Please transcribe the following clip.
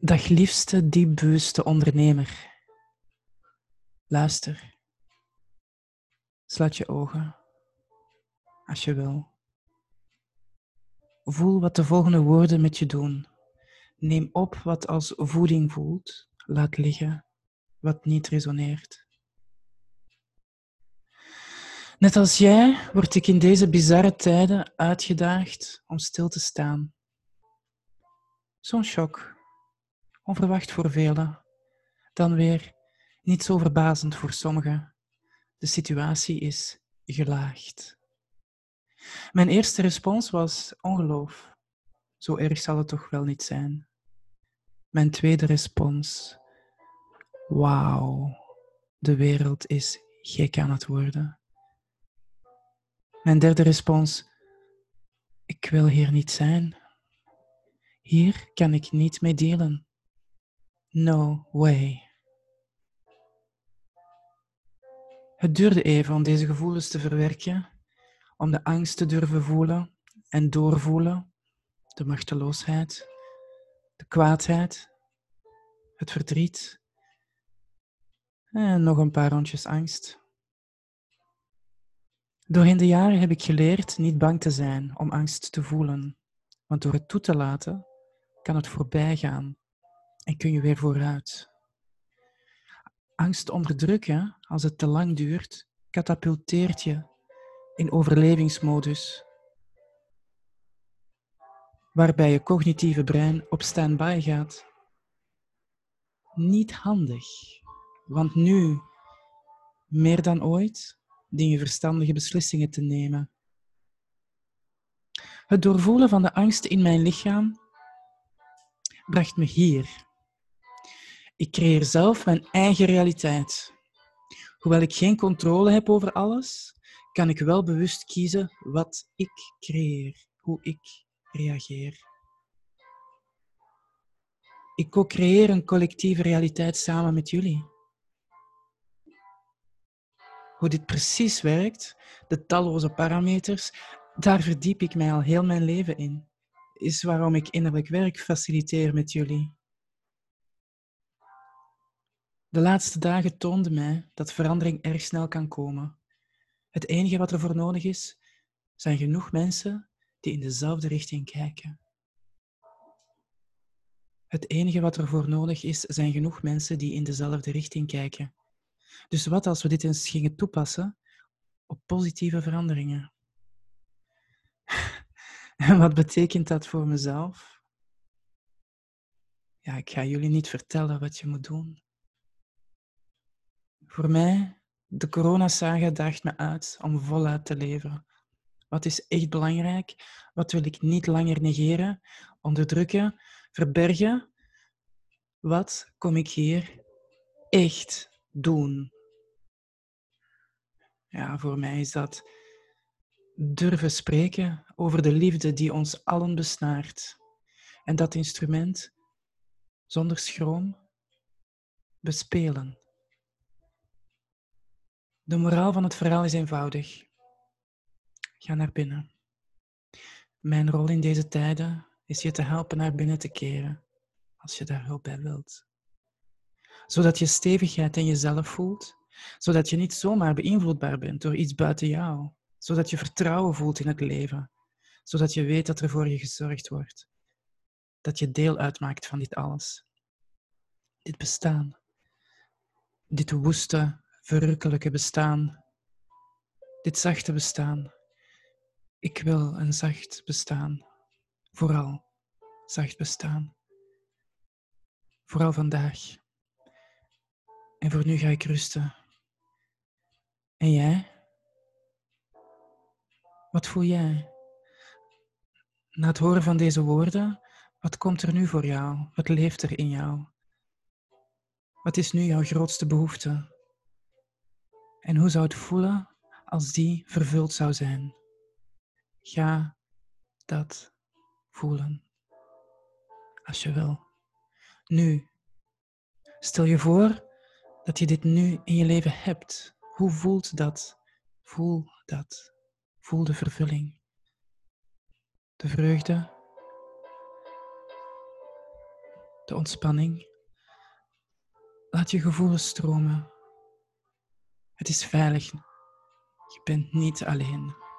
Dag liefste, diepbewuste ondernemer. Luister. Sluit je ogen, als je wil. Voel wat de volgende woorden met je doen. Neem op wat als voeding voelt. Laat liggen wat niet resoneert. Net als jij word ik in deze bizarre tijden uitgedaagd om stil te staan. Zo'n shock. Onverwacht voor velen. Dan weer niet zo verbazend voor sommigen. De situatie is gelaagd. Mijn eerste respons was ongeloof. Zo erg zal het toch wel niet zijn. Mijn tweede respons. Wauw, de wereld is gek aan het worden. Mijn derde respons. Ik wil hier niet zijn. Hier kan ik niet mee dealen. No way. Het duurde even om deze gevoelens te verwerken, om de angst te durven voelen en doorvoelen, de machteloosheid, de kwaadheid, het verdriet en nog een paar rondjes angst. Doorheen de jaren heb ik geleerd niet bang te zijn om angst te voelen, want door het toe te laten kan het voorbij gaan en kun je weer vooruit. Angst onderdrukken, als het te lang duurt, katapulteert je in overlevingsmodus, waarbij je cognitieve brein op standby gaat. Niet handig, want nu, meer dan ooit, dien je verstandige beslissingen te nemen. Het doorvoelen van de angst in mijn lichaam bracht me hier. Ik creëer zelf mijn eigen realiteit. Hoewel ik geen controle heb over alles, kan ik wel bewust kiezen wat ik creëer, hoe ik reageer. Ik co-creëer een collectieve realiteit samen met jullie. Hoe dit precies werkt, de talloze parameters, daar verdiep ik mij al heel mijn leven in. Is waarom ik innerlijk werk faciliteer met jullie. De laatste dagen toonden mij dat verandering erg snel kan komen. Het enige wat er voor nodig is, zijn genoeg mensen die in dezelfde richting kijken. Het enige wat er voor nodig is, zijn genoeg mensen die in dezelfde richting kijken. Dus wat als we dit eens gingen toepassen op positieve veranderingen? En wat betekent dat voor mezelf? Ja, ik ga jullie niet vertellen wat je moet doen. Voor mij, de coronasaga daagt me uit om voluit te leven. Wat is echt belangrijk? Wat wil ik niet langer negeren, onderdrukken, verbergen? Wat kom ik hier echt doen? Ja, voor mij is dat durven spreken over de liefde die ons allen besnaart. En dat instrument, zonder schroom, bespelen. De moraal van het verhaal is eenvoudig. Ga naar binnen. Mijn rol in deze tijden is je te helpen naar binnen te keren, als je daar hulp bij wilt. Zodat je stevigheid in jezelf voelt, zodat je niet zomaar beïnvloedbaar bent door iets buiten jou, zodat je vertrouwen voelt in het leven, zodat je weet dat er voor je gezorgd wordt, dat je deel uitmaakt van dit alles. Dit bestaan, dit woeste, verrukkelijke bestaan, dit zachte bestaan. Ik wil een zacht bestaan, vooral zacht bestaan. Vooral vandaag. En voor nu ga ik rusten. En jij? Wat voel jij? Na het horen van deze woorden, wat komt er nu voor jou? Wat leeft er in jou? Wat is nu jouw grootste behoefte? En hoe zou het voelen als die vervuld zou zijn? Ga dat voelen. Als je wil. Nu. Stel je voor dat je dit nu in je leven hebt. Hoe voelt dat? Voel dat. Voel de vervulling. De vreugde. de ontspanning. Laat je gevoelens stromen. Het is veilig. Je bent niet alleen.